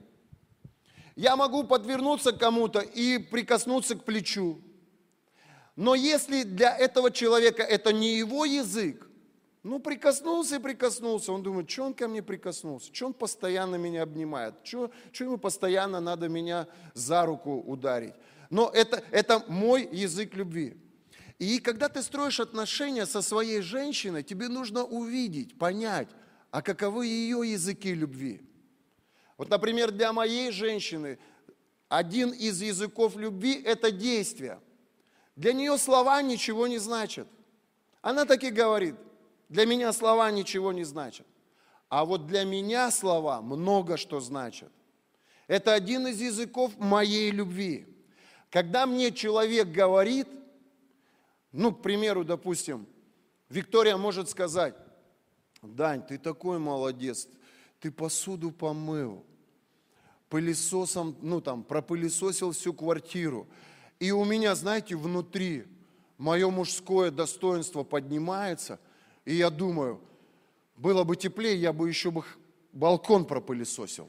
S1: Я могу подвернуться к кому-то и прикоснуться к плечу. Но если для этого человека это не его язык, ну прикоснулся и прикоснулся, он думает, что он ко мне прикоснулся, что он постоянно меня обнимает, что ему постоянно надо меня за руку ударить. Но это мой язык любви. И когда ты строишь отношения со своей женщиной, тебе нужно увидеть, понять, а каковы ее языки любви. Вот, например, для моей женщины один из языков любви – это действие. Для нее слова ничего не значат. Она так и говорит, для меня слова ничего не значат. А вот для меня слова много что значат. Это один из языков моей любви. Когда мне человек говорит, ну, к примеру, допустим, Виктория может сказать, Дань, ты такой молодец, ты посуду помыл, пылесосом, пропылесосил всю квартиру. И у меня, знаете, внутри мое мужское достоинство поднимается, и я думаю, было бы теплее, я бы еще балкон пропылесосил.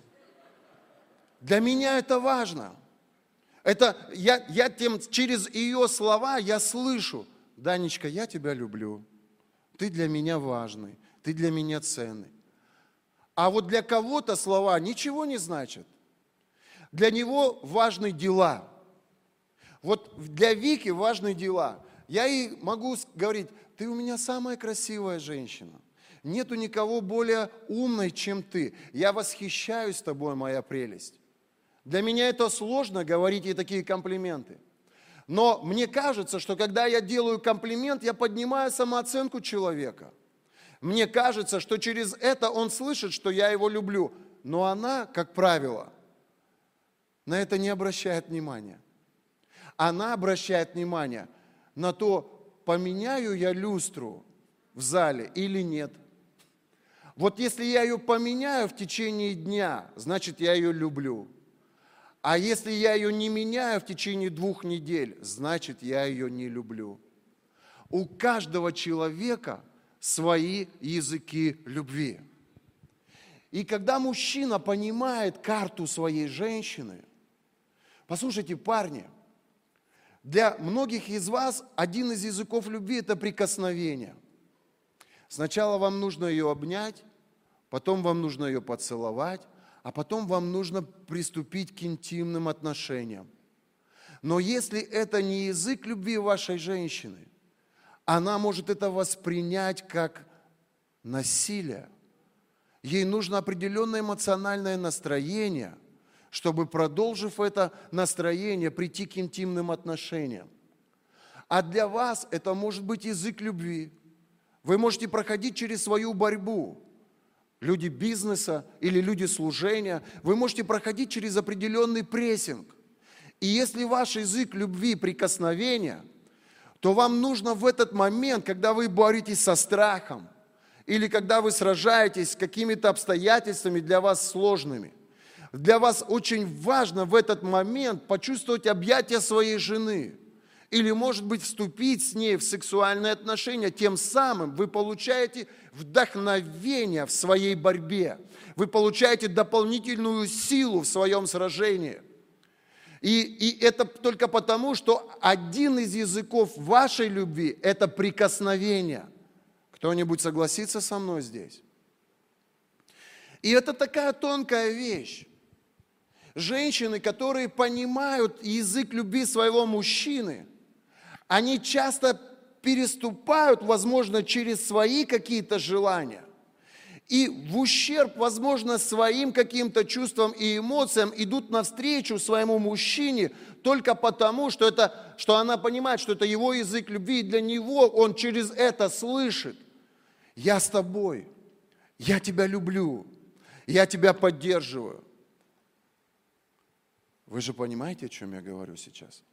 S1: Для меня это важно. Это через ее слова я слышу, Данечка, я тебя люблю, ты для меня важный, ты для меня ценный. А вот для кого-то слова ничего не значат. Для него важны дела. Вот для Вики важны дела. Я ей могу говорить, ты у меня самая красивая женщина. Нету никого более умной, чем ты. Я восхищаюсь тобой, моя прелесть. Для меня это сложно говорить ей такие комплименты. Но мне кажется, что когда я делаю комплимент, я поднимаю самооценку человека. Мне кажется, что через это он слышит, что я его люблю. Но она, как правило, на это не обращает внимания. Она обращает внимание на то, поменяю я люстру в зале или нет. Вот если я ее поменяю в течение дня, значит, я ее люблю. А если я ее не меняю в течение 2 недель, значит, я ее не люблю. У каждого человека свои языки любви. И когда мужчина понимает карту своей женщины, послушайте, парни, для многих из вас один из языков любви – это прикосновение. Сначала вам нужно ее обнять, потом вам нужно ее поцеловать, а потом вам нужно приступить к интимным отношениям. Но если это не язык любви вашей женщины, она может это воспринять как насилие. Ей нужно определенное эмоциональное настроение, чтобы, продолжив это настроение, прийти к интимным отношениям. А для вас это может быть язык любви. Вы можете проходить через свою борьбу. Люди бизнеса или люди служения, вы можете проходить через определенный прессинг. И если ваш язык любви – прикосновения, то вам нужно в этот момент, когда вы боретесь со страхом, или когда вы сражаетесь с какими-то обстоятельствами для вас сложными, для вас очень важно в этот момент почувствовать объятия своей жены, или, может быть, вступить с ней в сексуальные отношения, тем самым вы получаете вдохновение в своей борьбе, вы получаете дополнительную силу в своем сражении. И это только потому, что один из языков вашей любви – это прикосновение. Кто-нибудь согласится со мной здесь? И это такая тонкая вещь. Женщины, которые понимают язык любви своего мужчины, они часто переступают, возможно, через свои какие-то желания. И в ущерб, возможно, своим каким-то чувствам и эмоциям идут навстречу своему мужчине только потому, что она понимает, что это его язык любви, и для него он через это слышит: «Я с тобой, я тебя люблю, я тебя поддерживаю». Вы же понимаете, о чем я говорю сейчас?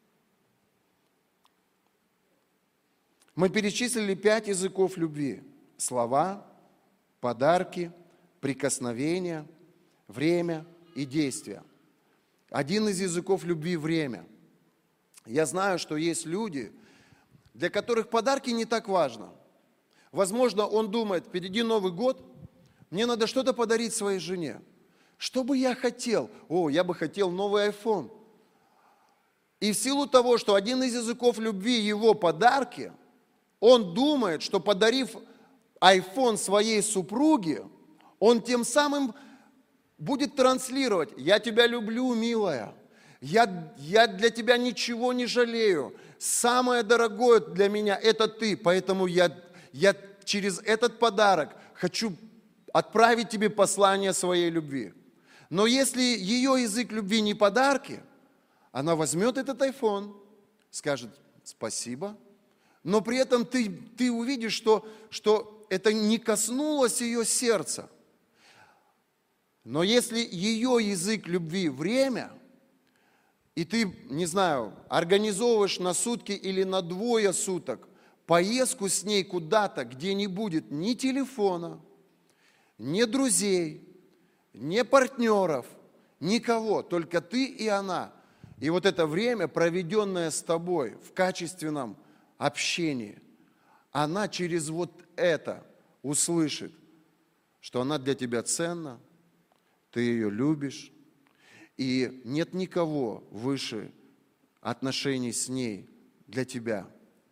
S1: Мы перечислили 5 языков любви: слова, подарки, прикосновения, время и действия. Один из языков любви – время. Я знаю, что есть люди, для которых подарки не так важно. Возможно, он думает: впереди Новый год, мне надо что-то подарить своей жене. Что бы я хотел? Я бы хотел новый iPhone. И в силу того, что один из языков любви – его подарки, он думает, что, подарив iPhone своей супруге, он тем самым будет транслировать: «Я тебя люблю, милая, я для тебя ничего не жалею, самое дорогое для меня – это ты, поэтому я через этот подарок хочу отправить тебе послание своей любви». Но если ее язык любви не подарки, она возьмет этот iPhone, скажет спасибо, но при этом ты увидишь, что это не коснулось ее сердца. Но если ее язык любви – время, и ты, не знаю, организовываешь на сутки или на 2 суток поездку с ней куда-то, где не будет ни телефона, ни друзей, ни партнеров, никого, только ты и она. И вот это время, проведенное с тобой в качественном общении, она через вот это услышит, что она для тебя ценна, ты ее любишь, и нет никого выше отношений с ней для тебя.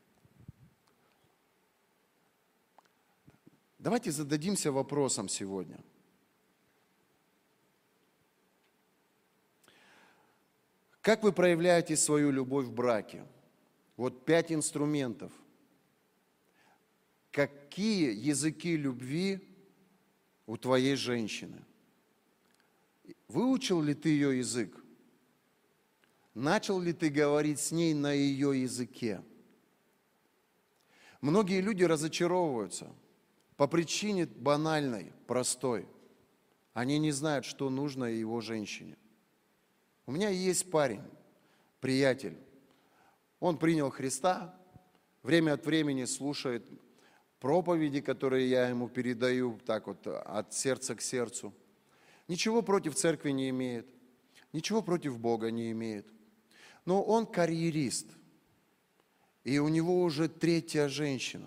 S1: Давайте зададимся вопросом сегодня. Как вы проявляете свою любовь в браке? Вот 5 инструментов. Какие языки любви у твоей женщины? Выучил ли ты ее язык? Начал ли ты говорить с ней на ее языке? Многие люди разочаровываются по причине банальной, простой. Они не знают, что нужно его женщине. У меня есть парень, приятель. Он принял Христа, время от времени слушает проповеди, которые я ему передаю так вот от сердца к сердцу. Ничего против церкви не имеет, ничего против Бога не имеет. Но он карьерист, и у него уже 3-я женщина.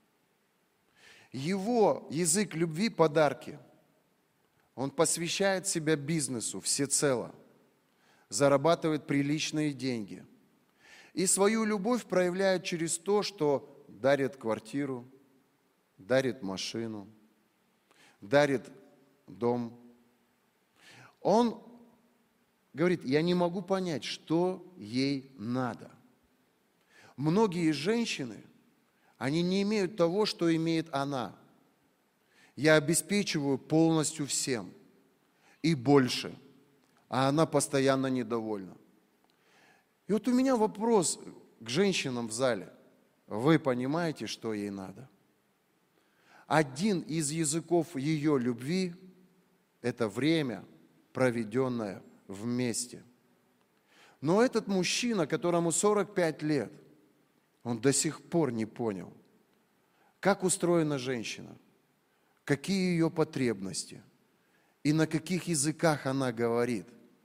S1: Его язык любви – подарки. Он посвящает себя бизнесу всецело, зарабатывает приличные деньги. И свою любовь проявляет через то, что дарит квартиру, дарит машину, дарит дом. Он говорит: я не могу понять, что ей надо. Многие женщины, они не имеют того, что имеет она. Я обеспечиваю полностью всем и больше, а она постоянно недовольна. И вот у меня вопрос к женщинам в зале. Вы понимаете, что ей надо? Один из языков ее любви – это время, проведенное вместе. Но этот мужчина, которому 45 лет, он до сих пор не понял, как устроена женщина, какие ее потребности и на каких языках она говорит.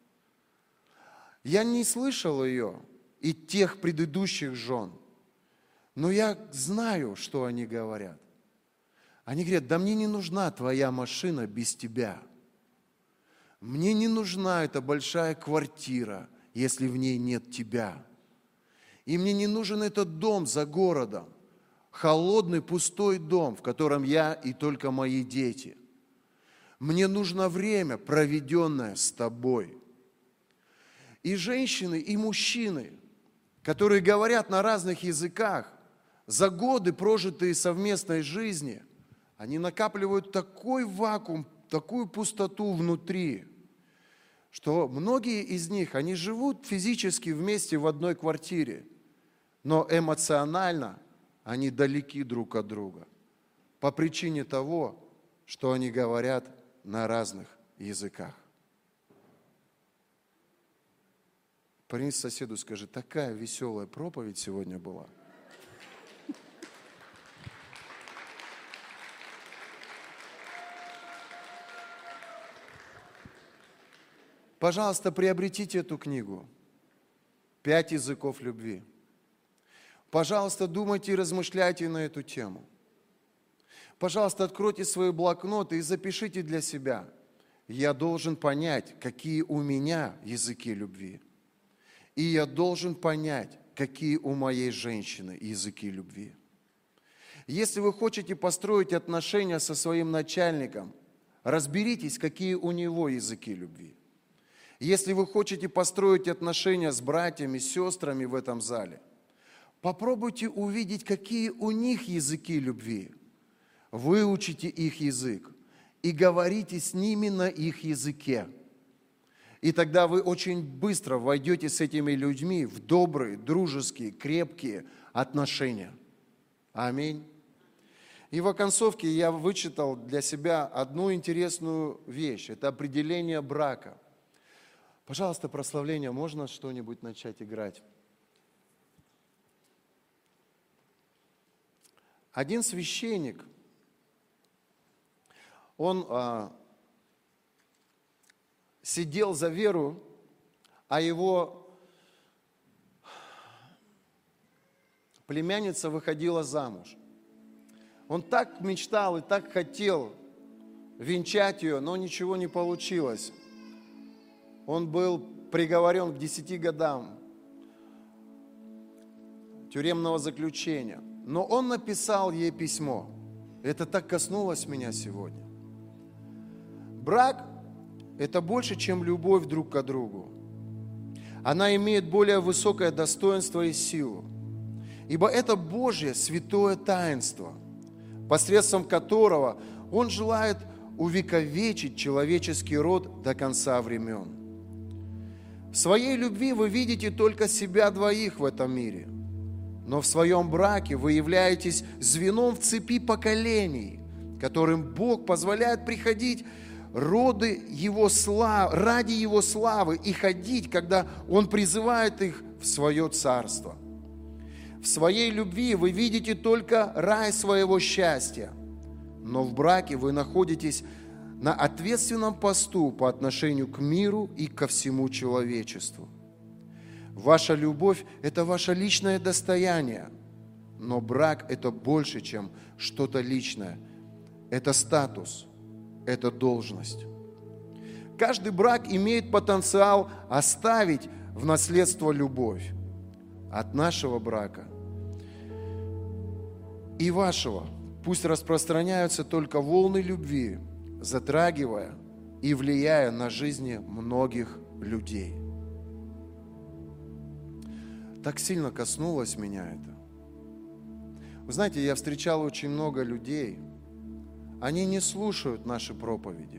S1: Я не слышал ее и тех предыдущих жен, но я знаю, что они говорят. Они говорят: да мне не нужна твоя машина без тебя. Мне не нужна эта большая квартира. если в ней нет Тебя. И мне не нужен этот дом за городом, холодный, пустой дом, в котором я и только мои дети. Мне нужно время, проведенное с Тобой. И женщины, и мужчины, которые говорят на разных языках, за годы, прожитые совместной жизни, они накапливают такой вакуум, такую пустоту внутри, что многие из них, они живут физически вместе в одной квартире, но эмоционально они далеки друг от друга по причине того, что они говорят на разных языках. Повернись к соседу, скажи: такая веселая проповедь сегодня была. Пожалуйста, приобретите эту книгу «5 языков любви». Пожалуйста, думайте и размышляйте на эту тему. Пожалуйста, откройте свои блокноты и запишите для себя: я должен понять, какие у меня языки любви. И я должен понять, какие у моей женщины языки любви. Если вы хотите построить отношения со своим начальником, разберитесь, какие у него языки любви. Если вы хотите построить отношения с братьями, сестрами в этом зале, попробуйте увидеть, какие у них языки любви. Выучите их язык и говорите с ними на их языке. И тогда вы очень быстро войдете с этими людьми в добрые, дружеские, крепкие отношения. Аминь. И в оконцовке я вычитал для себя одну интересную вещь. Это определение брака. Пожалуйста, прославление, можно что-нибудь начать играть? Один священник, он сидел за веру, а его племянница выходила замуж. Он так мечтал и так хотел венчать ее, но ничего не получилось. Он был приговорен к 10 годам тюремного заключения. Но он написал ей письмо. Это так коснулось меня сегодня. Брак – это больше, чем любовь друг к другу. Она имеет более высокое достоинство и силу. Ибо это Божье святое таинство, посредством которого Он желает увековечить человеческий род до конца времен. В своей любви вы видите только себя двоих в этом мире, но в своем браке вы являетесь звеном в цепи поколений, которым Бог позволяет приходить роды Его ради Его славы и ходить, когда Он призывает их в свое царство. В своей любви вы видите только рай своего счастья, но в браке вы находитесь на ответственном посту по отношению к миру и ко всему человечеству. Ваша любовь – это ваше личное достояние, но брак – это больше, чем что-то личное. Это статус, это должность. Каждый брак имеет потенциал оставить в наследство любовь. От нашего брака и вашего пусть распространяются только волны любви, затрагивая и влияя на жизни многих людей. Так сильно коснулось меня это. Вы знаете, я встречал очень много людей, они не слушают наши проповеди.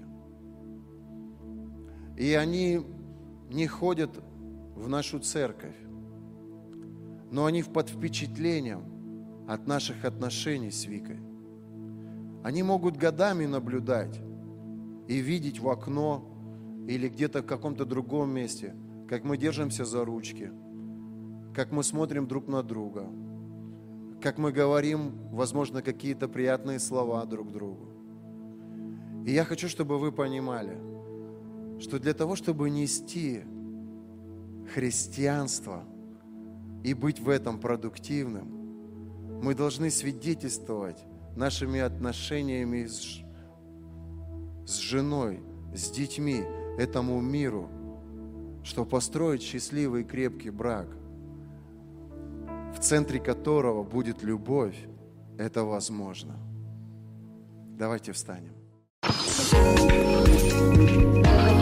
S1: И они не ходят в нашу церковь, но они под впечатлением от наших отношений с Викой. Они могут годами наблюдать и видеть в окно или где-то в каком-то другом месте, как мы держимся за ручки, как мы смотрим друг на друга, как мы говорим, возможно, какие-то приятные слова друг другу. И я хочу, чтобы вы понимали, что для того, чтобы нести христианство и быть в этом продуктивным, мы должны свидетельствовать нашими отношениями с женой, с детьми, этому миру, что построить счастливый и крепкий брак, в центре которого будет любовь, это возможно. Давайте встанем.